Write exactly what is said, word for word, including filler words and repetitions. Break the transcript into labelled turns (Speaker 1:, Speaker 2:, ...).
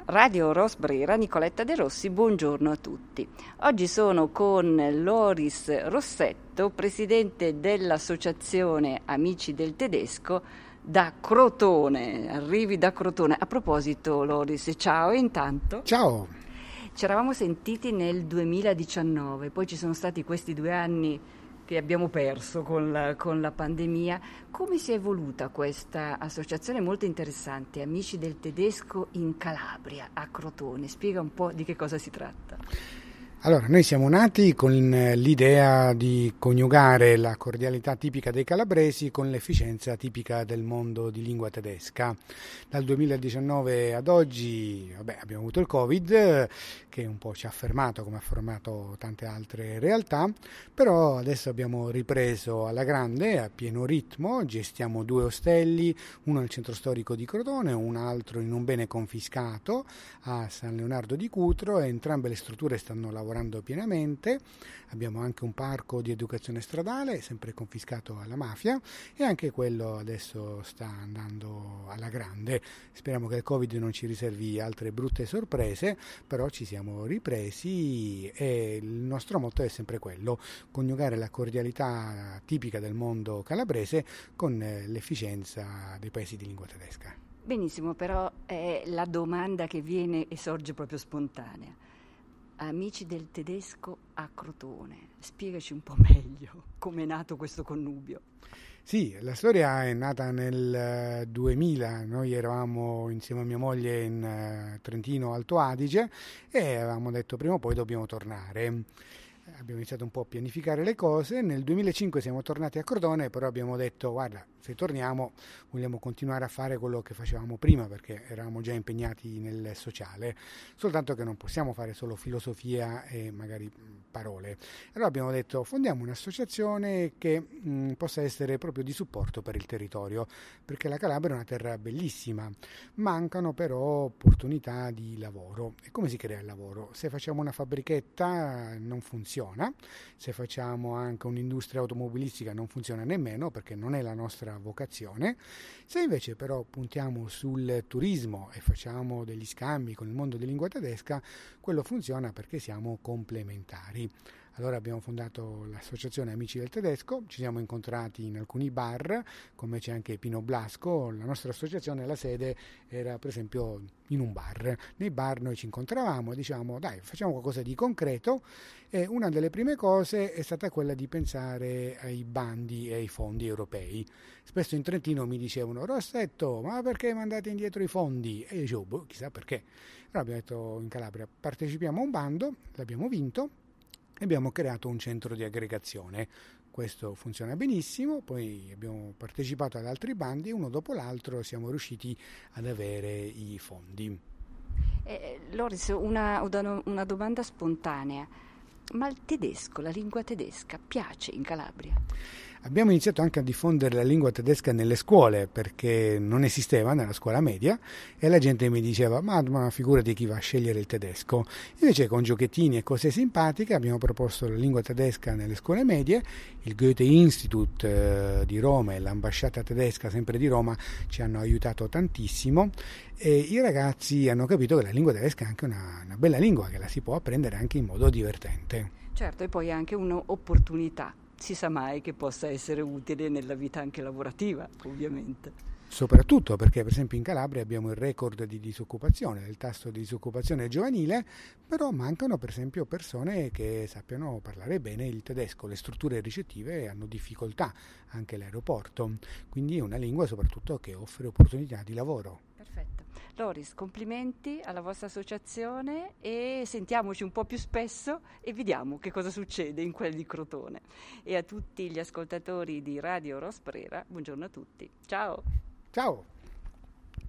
Speaker 1: Radio Rosbrera, Nicoletta De Rossi, buongiorno a tutti. Oggi sono con Loris Rossetto, presidente dell'associazione Amici del Tedesco da Crotone. Arrivi da Crotone. A proposito, Loris, ciao intanto.
Speaker 2: Ciao.
Speaker 1: Ci eravamo sentiti nel duemiladiciannove, poi ci sono stati questi due anni che abbiamo perso con la, con la pandemia. Come si è evoluta questa associazione molto interessante, Amici del Tedesco in Calabria, a Crotone? Spiega un po' di che cosa si tratta.
Speaker 2: Allora, noi siamo nati con l'idea di coniugare la cordialità tipica dei calabresi con l'efficienza tipica del mondo di lingua tedesca. Dal duemiladiciannove ad oggi vabbè, abbiamo avuto il Covid, che un po' ci ha fermato come ha fermato tante altre realtà, però adesso abbiamo ripreso alla grande, a pieno ritmo, gestiamo due ostelli, uno nel centro storico di Crotone, un altro in un bene confiscato a San Leonardo di Cutro, e entrambe le strutture stanno lavorando pienamente. Abbiamo anche un parco di educazione stradale, sempre confiscato alla mafia, e anche quello adesso sta andando alla grande. Speriamo che il Covid non ci riservi altre brutte sorprese, però ci siamo ripresi e il nostro motto è sempre quello: coniugare la cordialità tipica del mondo calabrese con l'efficienza dei paesi di lingua tedesca.
Speaker 1: Benissimo, però è la domanda che viene e sorge proprio spontanea. Amici del Tedesco a Crotone, spiegaci un po' meglio come è nato questo connubio.
Speaker 2: Sì, la storia è nata nel duemila, noi eravamo insieme a mia moglie in Trentino Alto Adige e avevamo detto prima o poi dobbiamo tornare. Abbiamo iniziato un po' a pianificare le cose, nel duemilacinque siamo tornati a Crotone, però abbiamo detto guarda, se torniamo vogliamo continuare a fare quello che facevamo prima perché eravamo già impegnati nel sociale, soltanto che non possiamo fare solo filosofia e magari parole. Allora abbiamo detto fondiamo un'associazione che mh, possa essere proprio di supporto per il territorio, perché la Calabria è una terra bellissima, mancano però opportunità di lavoro. E come si crea il lavoro? Se facciamo una fabbrichetta non funziona, se facciamo anche un'industria automobilistica non funziona nemmeno perché non è la nostra vocazione. Se invece però puntiamo sul turismo e facciamo degli scambi con il mondo di lingua tedesca, quello funziona perché siamo complementari. Allora abbiamo fondato l'associazione Amici del Tedesco, ci siamo incontrati in alcuni bar, come c'è anche Pino Blasco. La nostra associazione, la sede era per esempio in un bar. Nei bar noi ci incontravamo e dicevamo dai, facciamo qualcosa di concreto, e una delle prime cose è stata quella di pensare ai bandi e ai fondi europei. Spesso in Trentino mi dicevano Rossetto, ma perché mandate indietro i fondi? E io dicevo, boh, chissà perché. Allora abbiamo detto in Calabria partecipiamo a un bando, l'abbiamo vinto, e abbiamo creato un centro di aggregazione. Questo funziona benissimo, poi abbiamo partecipato ad altri bandi, uno dopo l'altro siamo riusciti ad avere i fondi.
Speaker 1: Eh, Loris, una, una domanda spontanea, ma il tedesco, la lingua tedesca, piace in Calabria?
Speaker 2: Abbiamo iniziato anche a diffondere la lingua tedesca nelle scuole perché non esisteva nella scuola media e la gente mi diceva ma, ma figurati chi va a scegliere il tedesco. Invece con giochettini e cose simpatiche abbiamo proposto la lingua tedesca nelle scuole medie. Il Goethe Institut di Roma e l'ambasciata tedesca sempre di Roma ci hanno aiutato tantissimo e i ragazzi hanno capito che la lingua tedesca è anche una, una bella lingua che la si può apprendere anche in modo divertente.
Speaker 1: Certo, e poi anche un'opportunità. Si sa mai che possa essere utile nella vita anche lavorativa, ovviamente.
Speaker 2: Soprattutto perché per esempio in Calabria abbiamo il record di disoccupazione, il tasso di disoccupazione giovanile, però mancano per esempio persone che sappiano parlare bene il tedesco, le strutture ricettive hanno difficoltà, anche l'aeroporto, quindi è una lingua soprattutto che offre opportunità di lavoro.
Speaker 1: Perfetto. Loris, complimenti alla vostra associazione e sentiamoci un po' più spesso e vediamo che cosa succede in quel di Crotone. E a tutti gli ascoltatori di Radio Rosbrera, buongiorno a tutti. Ciao!
Speaker 2: Ciao!